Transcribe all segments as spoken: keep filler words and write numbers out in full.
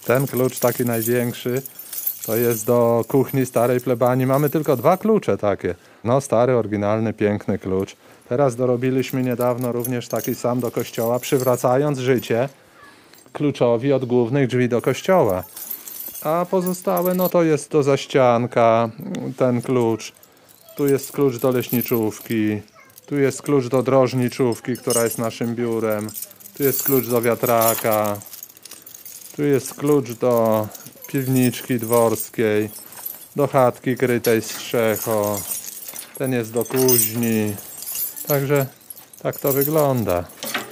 Ten klucz taki największy to jest do kuchni starej plebanii. Mamy tylko dwa klucze takie. No stary, oryginalny, piękny klucz. Teraz dorobiliśmy niedawno również taki sam do kościoła, przywracając życie kluczowi od głównych drzwi do kościoła. A pozostałe no to jest do zaścianka, ten klucz. Tu jest klucz do leśniczówki. Tu jest klucz do drożniczówki, która jest naszym biurem. Tu jest klucz do wiatraka. Tu jest klucz do piwniczki dworskiej, do chatki krytej strzechą. Ten jest do kuźni. Także tak to wygląda.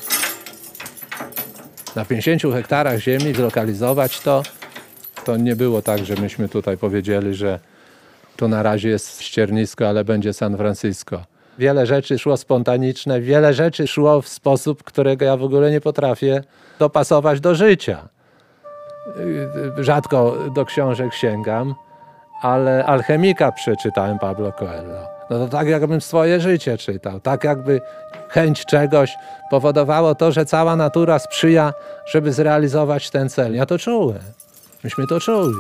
Na pięćdziesięciu hektarach ziemi zlokalizować to, to nie było tak, że myśmy tutaj powiedzieli, że tu na razie jest ściernisko, ale będzie San Francisco. Wiele rzeczy szło spontaniczne, wiele rzeczy szło w sposób, którego ja w ogóle nie potrafię dopasować do życia. Rzadko do książek sięgam, ale Alchemika przeczytałem Pablo Coelho. No to tak jakbym swoje życie czytał, tak jakby chęć czegoś powodowało to, że cała natura sprzyja, żeby zrealizować ten cel. Ja to czułem. Myśmy to czuli.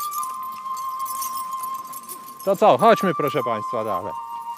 To co? Chodźmy proszę Państwa dalej.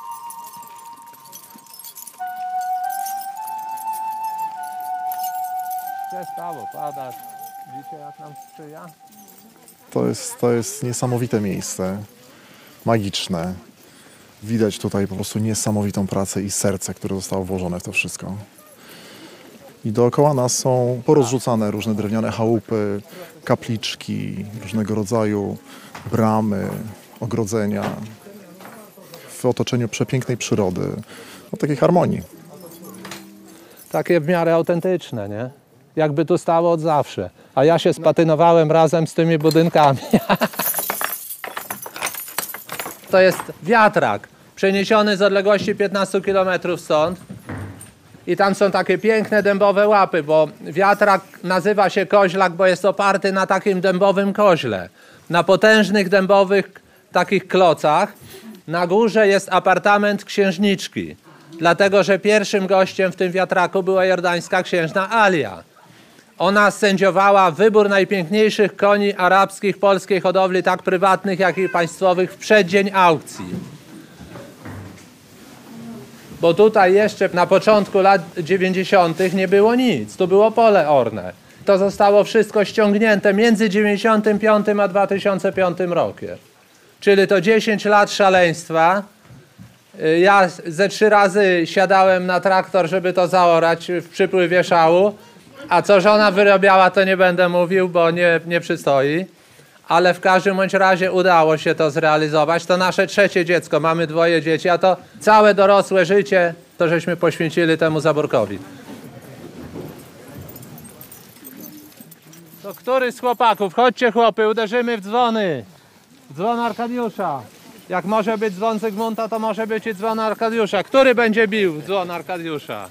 Przestało padać. Widzicie jak nam sprzyja? To jest, to jest niesamowite miejsce. Magiczne. Widać tutaj po prostu niesamowitą pracę i serce, które zostało włożone w to wszystko. I dookoła nas są porozrzucane różne drewniane chałupy, kapliczki, różnego rodzaju bramy, ogrodzenia. W otoczeniu przepięknej przyrody, o takiej harmonii. Takie w miarę autentyczne, nie? Jakby tu stało od zawsze. A ja się spatynowałem razem z tymi budynkami. To jest wiatrak przeniesiony z odległości piętnastu kilometrów stąd. I tam są takie piękne dębowe łapy, bo wiatrak nazywa się koźlak, bo jest oparty na takim dębowym koźle. Na potężnych dębowych takich klocach. Na górze jest apartament księżniczki. Dlatego, że pierwszym gościem w tym wiatraku była jordańska księżna Alia. Ona sędziowała wybór najpiękniejszych koni arabskich polskiej hodowli, tak prywatnych, jak i państwowych, w przeddzień aukcji. Bo tutaj jeszcze na początku lat dziewięćdziesiątych nie było nic. Tu było pole orne. To zostało wszystko ściągnięte między dziewięćdziesiątym piątym a dwa tysiące piątym rokiem. Czyli to dziesięć lat szaleństwa. Ja ze trzy razy siadałem na traktor, żeby to zaorać w przypływie szału. A co żona wyrabiała, to nie będę mówił, bo nie, nie przystoi. Ale w każdym bądź razie udało się to zrealizować. To nasze trzecie dziecko, mamy dwoje dzieci, a to całe dorosłe życie to żeśmy poświęcili temu zaborkowi. To który z chłopaków? Chodźcie chłopy, uderzymy w dzwony. Dzwon Arkadiusza. Jak może być dzwon Zygmunta, to może być i dzwon Arkadiusza. Który będzie bił dzwon Arkadiusza?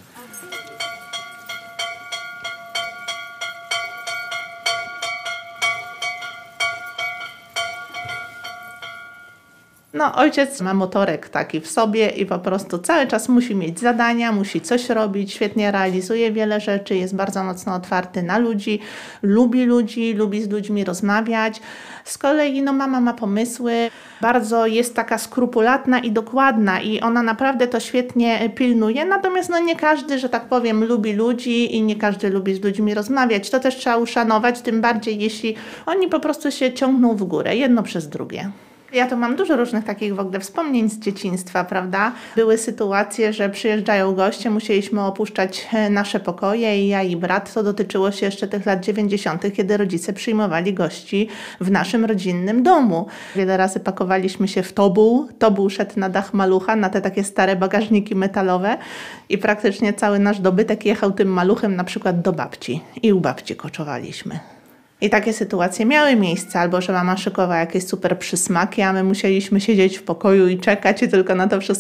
No, ojciec ma motorek taki w sobie i po prostu cały czas musi mieć zadania, musi coś robić, świetnie realizuje wiele rzeczy, jest bardzo mocno otwarty na ludzi, lubi ludzi, lubi z ludźmi rozmawiać. Z kolei no, mama ma pomysły, bardzo jest taka skrupulatna i dokładna i ona naprawdę to świetnie pilnuje, natomiast no, nie każdy, że tak powiem, lubi ludzi i nie każdy lubi z ludźmi rozmawiać. To też trzeba uszanować, tym bardziej jeśli oni po prostu się ciągną w górę, jedno przez drugie. Ja to mam dużo różnych takich w ogóle wspomnień z dzieciństwa, prawda? Były sytuacje, że przyjeżdżają goście, musieliśmy opuszczać nasze pokoje i ja i brat. To dotyczyło się jeszcze tych lat dziewięćdziesiątych, kiedy rodzice przyjmowali gości w naszym rodzinnym domu. Wiele razy pakowaliśmy się w tobuł. Tobuł szedł na dach malucha, na te takie stare bagażniki metalowe i praktycznie cały nasz dobytek jechał tym maluchem na przykład do babci i u babci koczowaliśmy. I takie sytuacje miały miejsce, albo że mama szykowała jakieś super przysmaki, a my musieliśmy siedzieć w pokoju i czekać i tylko na to wszystko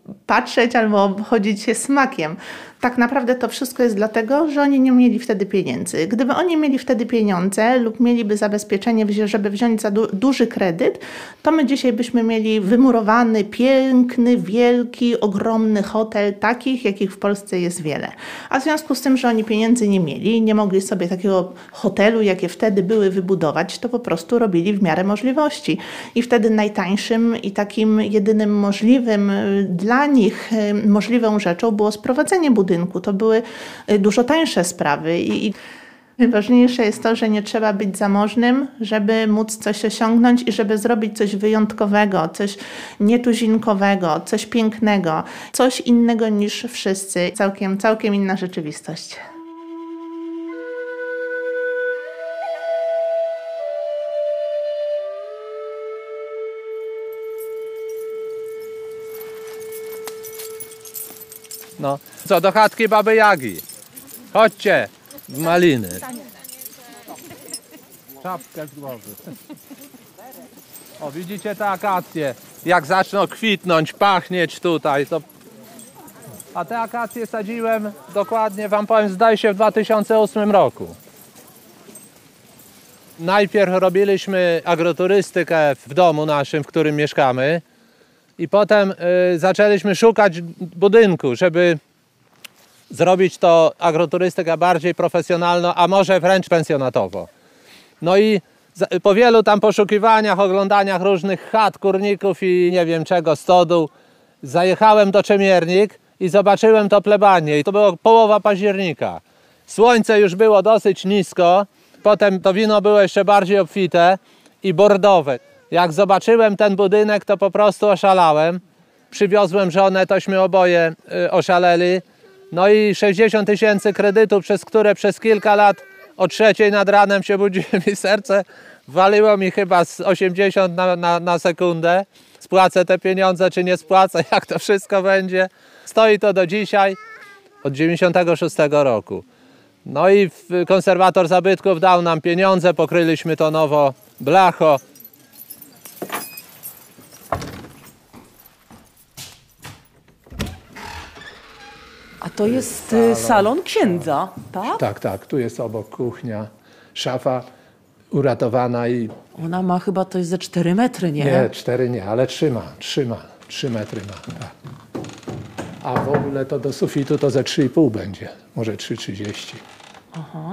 patrzeć albo obchodzić się smakiem. Tak naprawdę to wszystko jest dlatego, że oni nie mieli wtedy pieniędzy. Gdyby oni mieli wtedy pieniądze lub mieliby zabezpieczenie, żeby wziąć za du duży kredyt, to my dzisiaj byśmy mieli wymurowany, piękny, wielki, ogromny hotel, takich, jakich w Polsce jest wiele. A w związku z tym, że oni pieniędzy nie mieli, nie mogli sobie takiego hotelu, jakie wtedy były, wybudować, to po prostu robili w miarę możliwości. I wtedy najtańszym i takim jedynym możliwym dla nich możliwą rzeczą było sprowadzenie budynku. To były dużo tańsze sprawy i, i najważniejsze jest to, że nie trzeba być zamożnym, żeby móc coś osiągnąć i żeby zrobić coś wyjątkowego, coś nietuzinkowego, coś pięknego, coś innego niż wszyscy. Całkiem, całkiem inna rzeczywistość. No, co do chatki Baby Jagi. Chodźcie, w maliny. Czapkę z głowy. O, widzicie te akacje? Jak zaczną kwitnąć, pachnieć tutaj, to... A te akacje sadziłem dokładnie, wam powiem, zdaje się w dwa tysiące ósmym roku. Najpierw robiliśmy agroturystykę w domu naszym, w którym mieszkamy. I potem y, zaczęliśmy szukać budynku, żeby zrobić to agroturystykę bardziej profesjonalną, a może wręcz pensjonatowo. No i za, po wielu tam poszukiwaniach, oglądaniach różnych chat, kurników i nie wiem czego, stodół, zajechałem do Czemiernik i zobaczyłem to plebanie. I to było połowa października. Słońce już było dosyć nisko, potem to wino było jeszcze bardziej obfite i bordowe. Jak zobaczyłem ten budynek, to po prostu oszalałem. Przywiozłem żonę, tośmy oboje y, oszaleli. No i sześćdziesiąt tysięcy kredytów, przez które przez kilka lat o trzeciej nad ranem się budziłem i serce waliło mi chyba z osiemdziesiąt na, na, na sekundę. Spłacę te pieniądze, czy nie spłacę, jak to wszystko będzie. Stoi to do dzisiaj, od dziewięćdziesiątego szóstego roku. No i konserwator zabytków dał nam pieniądze, pokryliśmy to nowo blacho. A to jest salon, salon księdza, tak? Tak, tak. Tu jest obok kuchnia, szafa uratowana i... Ona ma chyba, to jest ze cztery metry, nie? Nie, cztery nie, ale trzyma, trzyma, trzy metry ma. Tak. A w ogóle to do sufitu to ze trzy i pół będzie, może trzy trzydzieści. Aha.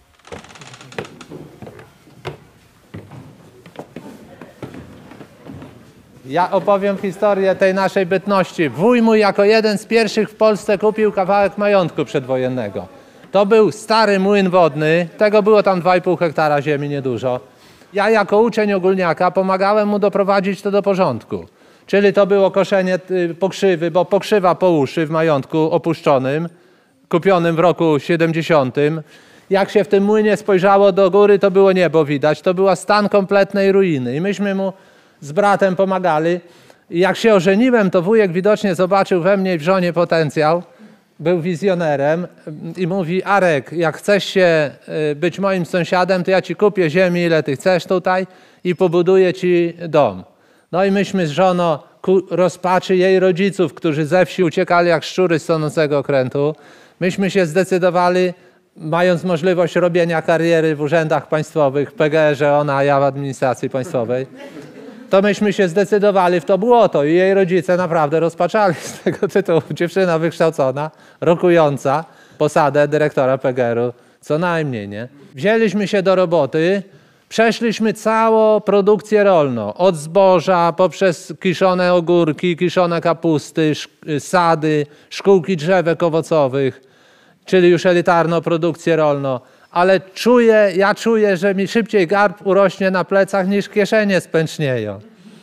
Ja opowiem historię tej naszej bytności. Wuj mój jako jeden z pierwszych w Polsce kupił kawałek majątku przedwojennego. To był stary młyn wodny, tego było tam dwa i pół hektara ziemi, niedużo. Ja jako uczeń ogólniaka pomagałem mu doprowadzić to do porządku. Czyli to było koszenie pokrzywy, bo pokrzywa po uszy w majątku opuszczonym, kupionym w roku siedemdziesiątym. Jak się w tym młynie spojrzało do góry, to było niebo widać. To była stan kompletnej ruiny. I myśmy mu z bratem pomagali. I jak się ożeniłem, to wujek widocznie zobaczył we mnie i w żonie potencjał. Był wizjonerem i mówi: Arek, jak chcesz się być moim sąsiadem, to ja ci kupię ziemi, ile ty chcesz tutaj i pobuduję ci dom. No i myśmy z żoną ku rozpaczy jej rodziców, którzy ze wsi uciekali jak szczury z tonącego okrętu, myśmy się zdecydowali, mając możliwość robienia kariery w urzędach państwowych, w P G R-ze, ona, a ja w administracji państwowej, to myśmy się zdecydowali w to błoto i jej rodzice naprawdę rozpaczali z tego tytułu. Dziewczyna wykształcona, rokująca posadę dyrektora P G R-u, co najmniej, nie? Wzięliśmy się do roboty, przeszliśmy całą produkcję rolną, od zboża poprzez kiszone ogórki, kiszone kapusty, sady, szkółki drzewek owocowych, czyli już elitarną produkcję rolną. Ale czuję, ja czuję, że mi szybciej garb urośnie na plecach niż kieszenie spęcznieją.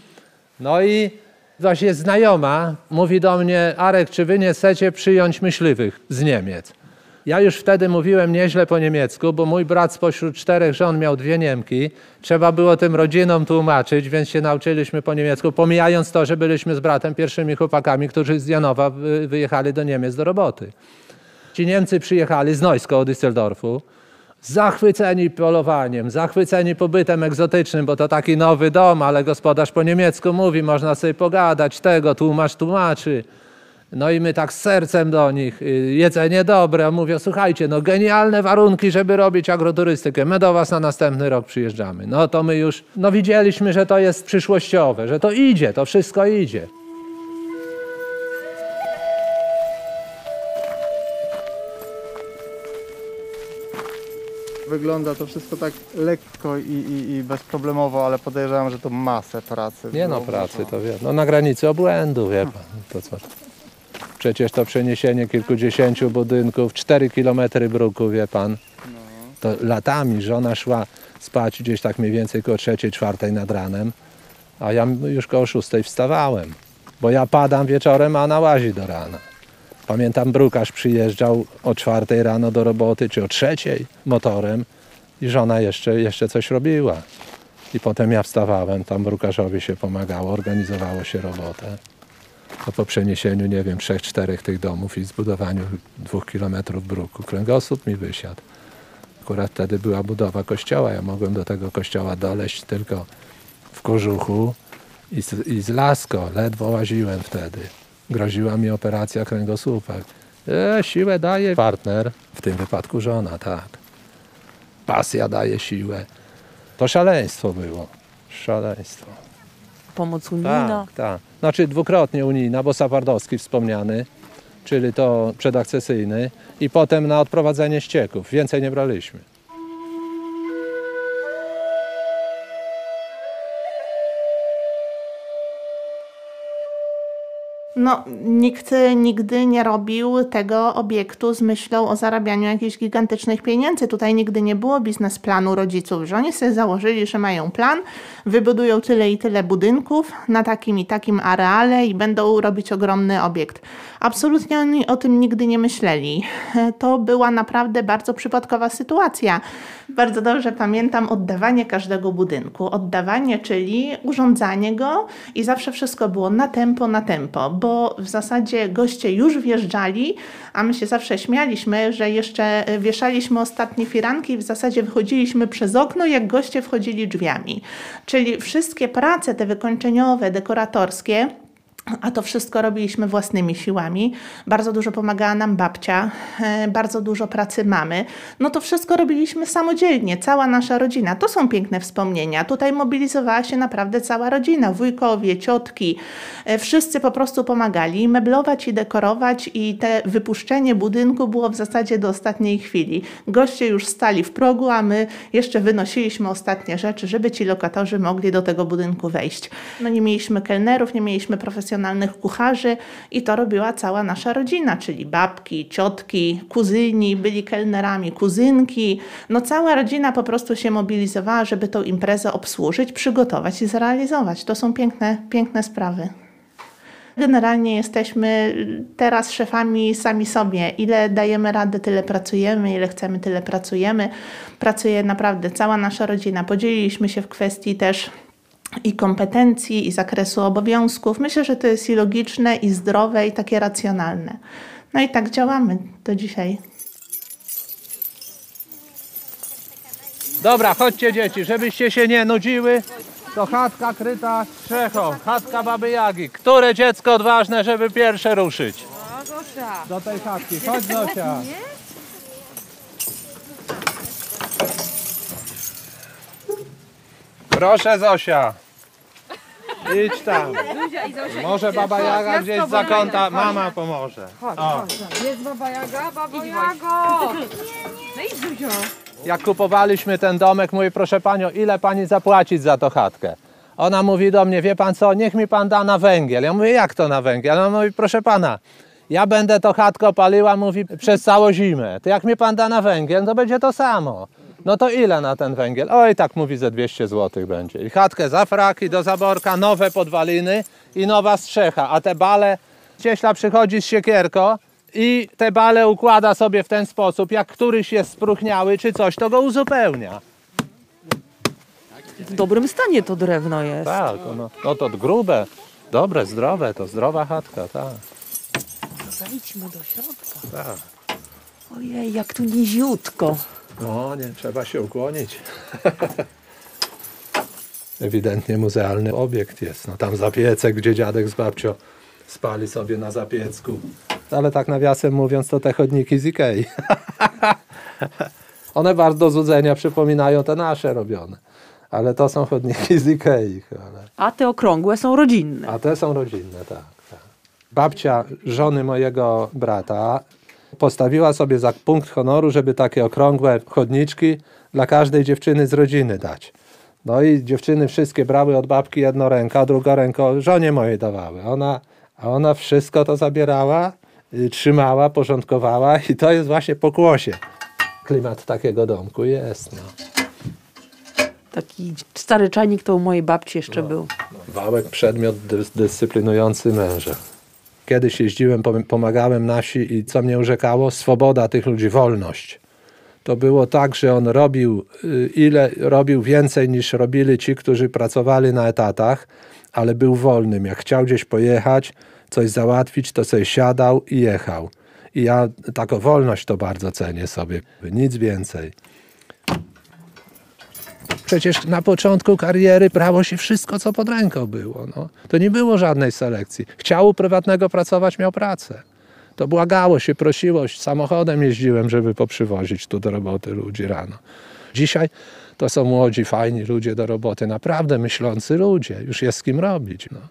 No i właśnie znajoma mówi do mnie: Arek, czy wy nie chcecie przyjąć myśliwych z Niemiec? Ja już wtedy mówiłem nieźle po niemiecku, bo mój brat spośród czterech żon miał dwie Niemki. Trzeba było tym rodzinom tłumaczyć, więc się nauczyliśmy po niemiecku, pomijając to, że byliśmy z bratem pierwszymi chłopakami, którzy z Janowa wyjechali do Niemiec do roboty. Ci Niemcy przyjechali z Neusko, od Düsseldorfu, zachwyceni polowaniem, zachwyceni pobytem egzotycznym, bo to taki nowy dom, ale gospodarz po niemiecku mówi, można sobie pogadać, tego, tłumacz tłumaczy. No i my tak z sercem do nich, y, jedzenie dobre, mówię, słuchajcie, no genialne warunki, żeby robić agroturystykę, my do was na następny rok przyjeżdżamy. No to my już, no widzieliśmy, że to jest przyszłościowe, że to idzie, to wszystko idzie. Wygląda to wszystko tak lekko i, i, i bezproblemowo, ale podejrzewam, że to masę pracy. Nie no, było pracy włożone. to wie, no na granicy obłędu, wie pan, to co. Przecież to przeniesienie kilkudziesięciu budynków, cztery kilometry bruku, wie pan. To latami żona szła spać gdzieś tak mniej więcej koło trzeciej, czwartej nad ranem, a ja już koło szóstej wstawałem, bo ja padam wieczorem, a ona łazi do rana. Pamiętam, brukarz przyjeżdżał o czwartej rano do roboty, czy o trzeciej motorem i żona jeszcze, jeszcze coś robiła. I potem ja wstawałem, tam brukarzowi się pomagało, organizowało się robotę. To po przeniesieniu, nie wiem, trzech, czterech tych domów i zbudowaniu dwóch kilometrów bruku, kręgosłup mi wysiadł. Akurat wtedy była budowa kościoła, ja mogłem do tego kościoła doleźć tylko w kożuchu i z, i z lasko, ledwo łaziłem wtedy. Groziła mi operacja kręgosłupa. E, siłę daje partner, w tym wypadku żona, tak. Pasja daje siłę. To szaleństwo było, szaleństwo. Pomoc unijna. Tak, tak. Znaczy dwukrotnie unijna, bo Sapardowski wspomniany, czyli to przedakcesyjny i potem na odprowadzenie ścieków. Więcej nie braliśmy. No, nikt nigdy nie robił tego obiektu z myślą o zarabianiu jakichś gigantycznych pieniędzy. Tutaj nigdy nie było biznesplanu rodziców, że oni sobie założyli, że mają plan, wybudują tyle i tyle budynków na takim i takim areale i będą robić ogromny obiekt. Absolutnie oni o tym nigdy nie myśleli. To była naprawdę bardzo przypadkowa sytuacja. Bardzo dobrze pamiętam oddawanie każdego budynku. Oddawanie, czyli urządzanie go i zawsze wszystko było na tempo, na tempo, bo w zasadzie goście już wjeżdżali, a my się zawsze śmialiśmy, że jeszcze wieszaliśmy ostatnie firanki i w zasadzie wychodziliśmy przez okno, jak goście wchodzili drzwiami. Czyli wszystkie prace te wykończeniowe, dekoratorskie, a to wszystko robiliśmy własnymi siłami. Bardzo dużo pomagała nam babcia, bardzo dużo pracy mamy. No to wszystko robiliśmy samodzielnie, cała nasza rodzina. To są piękne wspomnienia. Tutaj mobilizowała się naprawdę cała rodzina, wujkowie, ciotki. Wszyscy po prostu pomagali meblować i dekorować i te wypuszczenie budynku było w zasadzie do ostatniej chwili. Goście już stali w progu, a my jeszcze wynosiliśmy ostatnie rzeczy, żeby ci lokatorzy mogli do tego budynku wejść. No nie mieliśmy kelnerów, nie mieliśmy profesjonalnych kucharzy i to robiła cała nasza rodzina, czyli babki, ciotki, kuzyni, byli kelnerami, kuzynki. No cała rodzina po prostu się mobilizowała, żeby tą imprezę obsłużyć, przygotować i zrealizować. To są piękne, piękne sprawy. Generalnie jesteśmy teraz szefami sami sobie. Ile dajemy rady, tyle pracujemy, ile chcemy, tyle pracujemy. Pracuje naprawdę cała nasza rodzina. Podzieliliśmy się w kwestii też i kompetencji, i zakresu obowiązków. Myślę, że to jest i logiczne, i zdrowe, i takie racjonalne. No i tak działamy do dzisiaj. Dobra, chodźcie dzieci, żebyście się nie nudziły. To chatka kryta strzechą, chatka Baby Jagi. Które dziecko odważne, żeby pierwsze ruszyć? Do tej chatki. Chodź, Zosia. Proszę, Zosia. Idź tam. Może Baba Jaga gdzieś z zakąta, mama pomoże. O. Jest Baba Jaga, Baba Jago! No idź, Zuzio. Jak kupowaliśmy ten domek, mówię, proszę panią, ile pani zapłacić za tą chatkę? Ona mówi do mnie, wie pan co, niech mi pan da na węgiel. Ja mówię, jak to na węgiel? Ona mówi, proszę pana, ja będę to chatkę paliła, mówi, przez całą zimę. To jak mi pan da na węgiel, to będzie to samo. No to ile na ten węgiel? Oj, tak mówi, ze dwieście złotych będzie. I chatkę za fraki, do zaborka, nowe podwaliny i nowa strzecha. A te bale, cieśla przychodzi z siekierką i te bale układa sobie w ten sposób, jak któryś jest spróchniały czy coś, to go uzupełnia. W dobrym stanie to drewno jest. Tak, no, no to grube, dobre, zdrowe, to zdrowa chatka, tak. Zajdźmy do środka. tak. Ojej, jak tu niziutko. No nie, trzeba się ukłonić. Ewidentnie muzealny obiekt jest. No tam za piecek, gdzie dziadek z babcią spali sobie na zapiecku. Ale tak nawiasem mówiąc, to te chodniki z Ikei. One bardzo złudzenia przypominają te nasze robione. Ale to są chodniki z Ikei. Ale... A te okrągłe są rodzinne. A te są rodzinne, tak, tak. Babcia żony mojego brata postawiła sobie za punkt honoru, żeby takie okrągłe chodniczki dla każdej dziewczyny z rodziny dać. No i dziewczyny wszystkie brały od babki jedną rękę, a drugą ręką żonie mojej dawały. Ona, a ona wszystko to zabierała, y, trzymała, porządkowała i to jest właśnie pokłosie. Klimat takiego domku jest. No. Taki stary czajnik to u mojej babci jeszcze No. był. Wałek, przedmiot dys- dyscyplinujący męża. Kiedyś jeździłem, pom- pomagałem na wsi i co mnie urzekało? Swoboda tych ludzi, wolność. To było tak, że on robił y, ile robił więcej niż robili ci, którzy pracowali na etatach, ale był wolnym. Jak chciał gdzieś pojechać, coś załatwić, to sobie siadał i jechał. I ja taką wolność to bardzo cenię sobie. Nic więcej. Przecież na początku kariery brało się wszystko, co pod ręką było. No. To nie było żadnej selekcji. Chciał u prywatnego pracować, miał pracę. To błagało się, prosiło się. Samochodem jeździłem, żeby poprzywozić tu do roboty ludzi rano. Dzisiaj to są młodzi, fajni ludzie do roboty. Naprawdę myślący ludzie. Już jest z kim robić. No.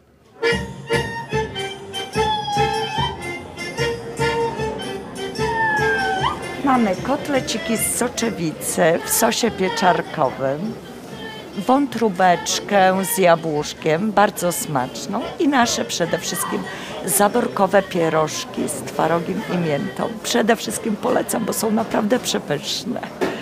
Mamy kotleciki z soczewicy w sosie pieczarkowym, wątróbeczkę z jabłuszkiem, bardzo smaczną i nasze przede wszystkim zaborkowe pierożki z twarogiem i miętą. Przede wszystkim polecam, bo są naprawdę przepyszne.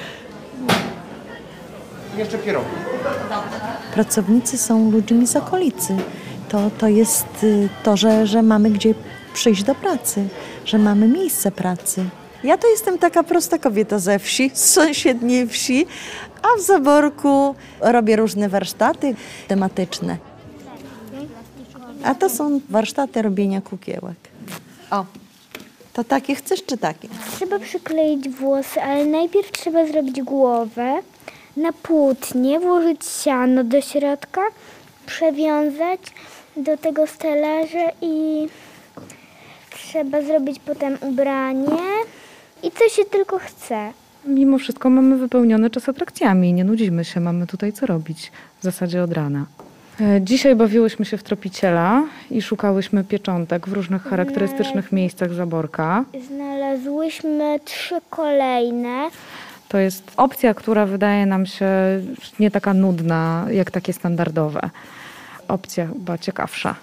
Jeszcze pierogi. Pracownicy są ludźmi z okolicy. To, to jest y, to, że, że mamy gdzie przyjść do pracy, że mamy miejsce pracy. Ja to jestem taka prosta kobieta ze wsi, z sąsiedniej wsi, a w Zaborku robię różne warsztaty tematyczne. A to są warsztaty robienia kukiełek. O, to takie chcesz czy takie? Trzeba przykleić włosy, ale najpierw trzeba zrobić głowę, na płótnie włożyć siano do środka, przewiązać do tego stelaża i trzeba zrobić potem ubranie i co się tylko chce. Mimo wszystko mamy wypełniony czas atrakcjami, nie nudzimy się, mamy tutaj co robić w zasadzie od rana. E, Dzisiaj bawiłyśmy się w tropiciela i szukałyśmy pieczątek w różnych charakterystycznych miejscach Zaborka. Znalazłyśmy trzy kolejne. To jest opcja, która wydaje nam się nie taka nudna jak takie standardowe. Opcja chyba ciekawsza.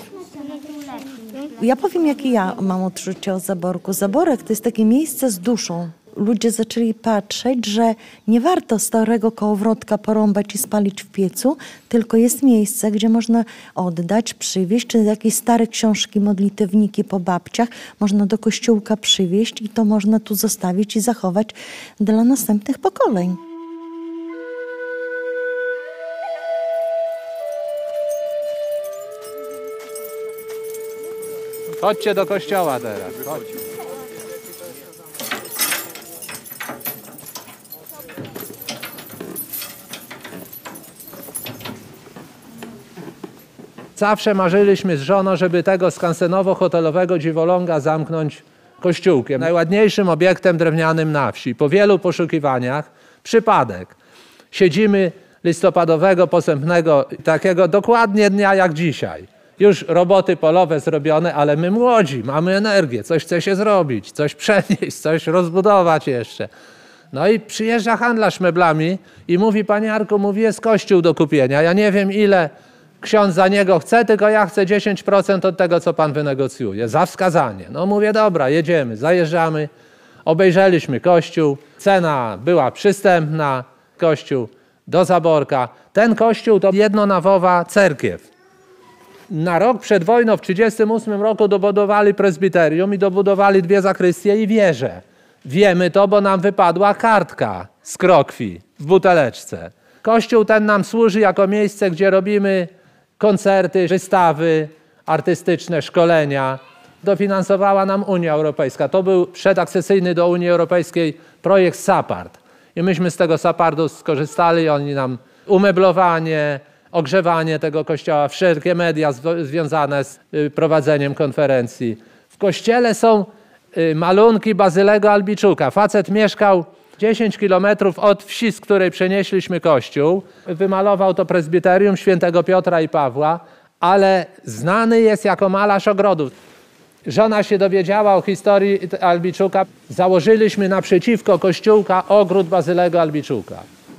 Ja powiem, jakie ja mam odczucie o Zaborku. Zaborek to jest takie miejsce z duszą. Ludzie zaczęli patrzeć, że nie warto starego kołowrotka porąbać i spalić w piecu, tylko jest miejsce, gdzie można oddać, przywieźć, czy jakieś stare książki, modlitewniki po babciach można do kościółka przywieźć i to można tu zostawić i zachować dla następnych pokoleń. Chodźcie do kościoła teraz. Chodźcie. Zawsze marzyliśmy z żoną, żeby tego skansenowo-hotelowego dziwoląga zamknąć kościółkiem. Najładniejszym obiektem drewnianym na wsi. Po wielu poszukiwaniach, przypadek. Siedzimy listopadowego, posępnego, takiego dokładnie dnia jak dzisiaj. Już roboty polowe zrobione, ale my młodzi, mamy energię, coś chce się zrobić, coś przenieść, coś rozbudować jeszcze. No i przyjeżdża handlarz meblami i mówi: panie Arku, mówi, jest kościół do kupienia. Ja nie wiem, ile ksiądz za niego chce, tylko ja chcę dziesięć procent od tego, co pan wynegocjuje, za wskazanie. No mówię, dobra, jedziemy, zajeżdżamy, obejrzeliśmy kościół, cena była przystępna, kościół do Zaborka. Ten kościół to jednonawowa cerkiew. Na rok przed wojną w tysiąc dziewięćset trzydziestym ósmym roku dobudowali prezbiterium i dobudowali dwie zakrystie i wieże. Wiemy to, bo nam wypadła kartka z krokwi w buteleczce. Kościół ten nam służy jako miejsce, gdzie robimy koncerty, wystawy artystyczne, szkolenia. Dofinansowała nam Unia Europejska. To był przedakcesyjny do Unii Europejskiej projekt SAPARD. I myśmy z tego SAPARDu skorzystali, oni nam umeblowanie, ogrzewanie tego kościoła, wszelkie media związane z prowadzeniem konferencji. W kościele są malunki Bazylego Albiczuka. Facet mieszkał dziesięć kilometrów od wsi, z której przenieśliśmy kościół. Wymalował to prezbiterium świętego Piotra i Pawła, ale znany jest jako malarz ogrodów. Żona się dowiedziała o historii Albiczuka. Założyliśmy naprzeciwko kościółka ogród Bazylego Albiczuka.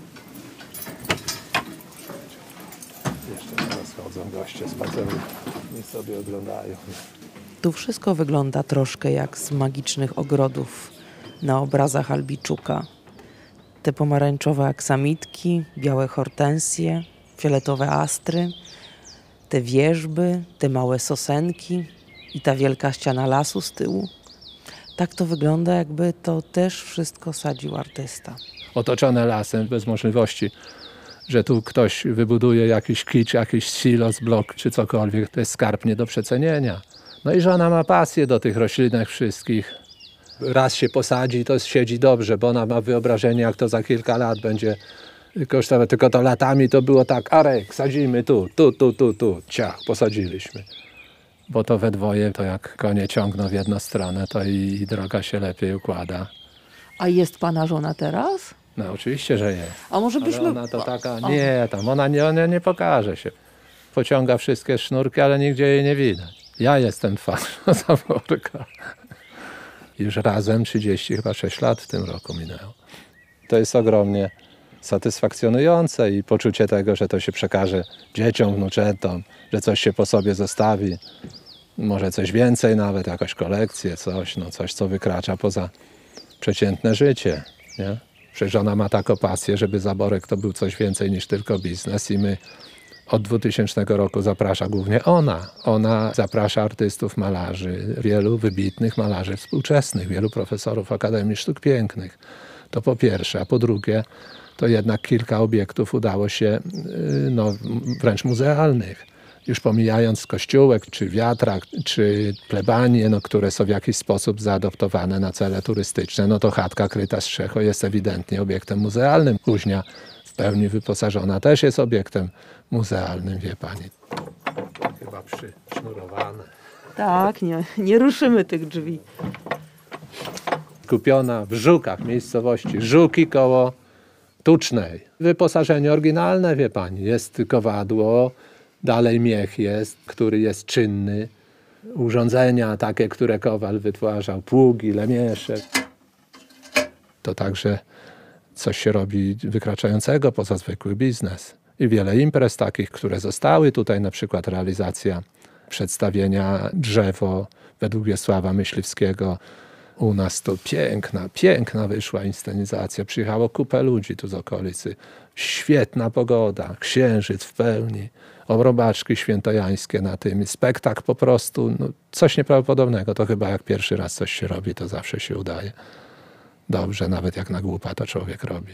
Jeszcze teraz chodzą goście, spacerują i sobie oglądają. Tu wszystko wygląda troszkę jak z magicznych ogrodów na obrazach Albiczuka. Te pomarańczowe aksamitki, białe hortensje, fioletowe astry, te wierzby, te małe sosenki i ta wielka ściana lasu z tyłu. Tak to wygląda, jakby to też wszystko sadził artysta. Otoczone lasem, bez możliwości, że tu ktoś wybuduje jakiś kicz, jakiś silos, blok czy cokolwiek. To jest skarb nie do przecenienia. No i żona ma pasję do tych roślinek wszystkich. Raz się posadzi, to siedzi dobrze, bo ona ma wyobrażenie, jak to za kilka lat będzie kosztować. Tylko to latami to było tak, Arek, sadzimy tu, tu, tu, tu, tu. Ciach, posadziliśmy. Bo to we dwoje, to jak konie ciągną w jedną stronę, to i droga się lepiej układa. A jest pana żona teraz? No oczywiście, że jest. A może byśmy... Ale ona to taka, nie, tam ona nie, ona nie pokaże się. Pociąga wszystkie sznurki, ale nigdzie jej nie widać. Ja jestem twarzą zaworka. Już razem trzydzieści chyba sześć lat w tym roku minęło. To jest ogromnie satysfakcjonujące i poczucie tego, że to się przekaże dzieciom, wnuczetom, że coś się po sobie zostawi. Może coś więcej nawet, jakąś kolekcję, coś, no coś, co wykracza poza przeciętne życie. Nie? Przecież ona ma taką pasję, żeby Zaborek to był coś więcej niż tylko biznes i my od dwutysięcznego roku zaprasza głównie ona. Ona zaprasza artystów, malarzy, wielu wybitnych malarzy współczesnych, wielu profesorów Akademii Sztuk Pięknych. To po pierwsze, a po drugie, to jednak kilka obiektów udało się no, wręcz muzealnych. Już pomijając kościółek, czy wiatrak, czy plebanie, no, które są w jakiś sposób zaadoptowane na cele turystyczne, no to chatka kryta strzechą jest ewidentnie obiektem muzealnym. Kuźnia w pełni wyposażona też jest obiektem muzealnym, wie pani. Chyba przysznurowane. Tak, nie, nie ruszymy tych drzwi. Kupiona w Żukach, miejscowości Żuki koło Tucznej. Wyposażenie oryginalne, wie pani. Jest kowadło, dalej miech jest, który jest czynny. Urządzenia takie, które kowal wytwarzał, pługi, lemiesze. To także coś się robi wykraczającego poza zwykły biznes. I wiele imprez takich, które zostały tutaj, na przykład realizacja przedstawienia Drzewo według Wiesława Myśliwskiego. U nas to piękna, piękna wyszła inscenizacja. Przyjechało kupę ludzi tu z okolicy. Świetna pogoda, księżyc w pełni, obrobaczki świętojańskie na tym. Spektakl po prostu, no, coś nieprawdopodobnego. To chyba jak pierwszy raz coś się robi, to zawsze się udaje. Dobrze, nawet jak na głupa to człowiek robi.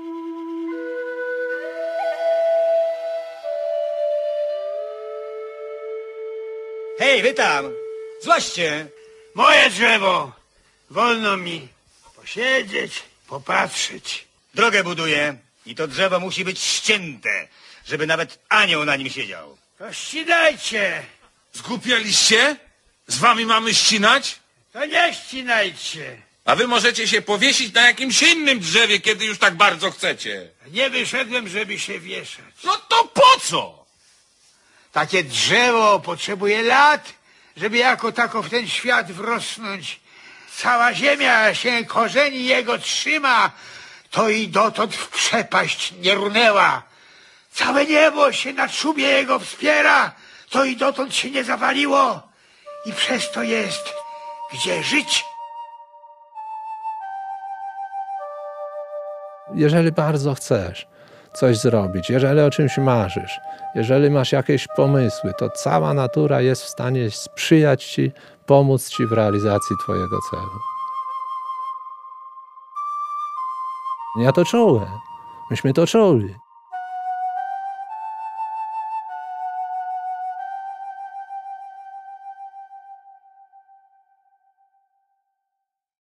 Hej, wy tam! Złaście! Moje drzewo! Wolno mi posiedzieć, popatrzeć. Drogę buduję i to drzewo musi być ścięte, żeby nawet anioł na nim siedział. To ścinajcie! Zgłupialiście? Z wami mamy ścinać? To nie ścinajcie! A wy możecie się powiesić na jakimś innym drzewie, kiedy już tak bardzo chcecie. Nie wyszedłem, żeby się wieszać. No to po co? Takie drzewo potrzebuje lat, żeby jako tako w ten świat wrosnąć. Cała ziemia się korzeni jego trzyma, to i dotąd w przepaść nie runęła. Całe niebo się na czubie jego wspiera, to i dotąd się nie zawaliło. I przez to jest gdzie żyć. Jeżeli bardzo chcesz coś zrobić, jeżeli o czymś marzysz, jeżeli masz jakieś pomysły, to cała natura jest w stanie sprzyjać ci, pomóc ci w realizacji twojego celu. Ja to czułem. Myśmy to czuli.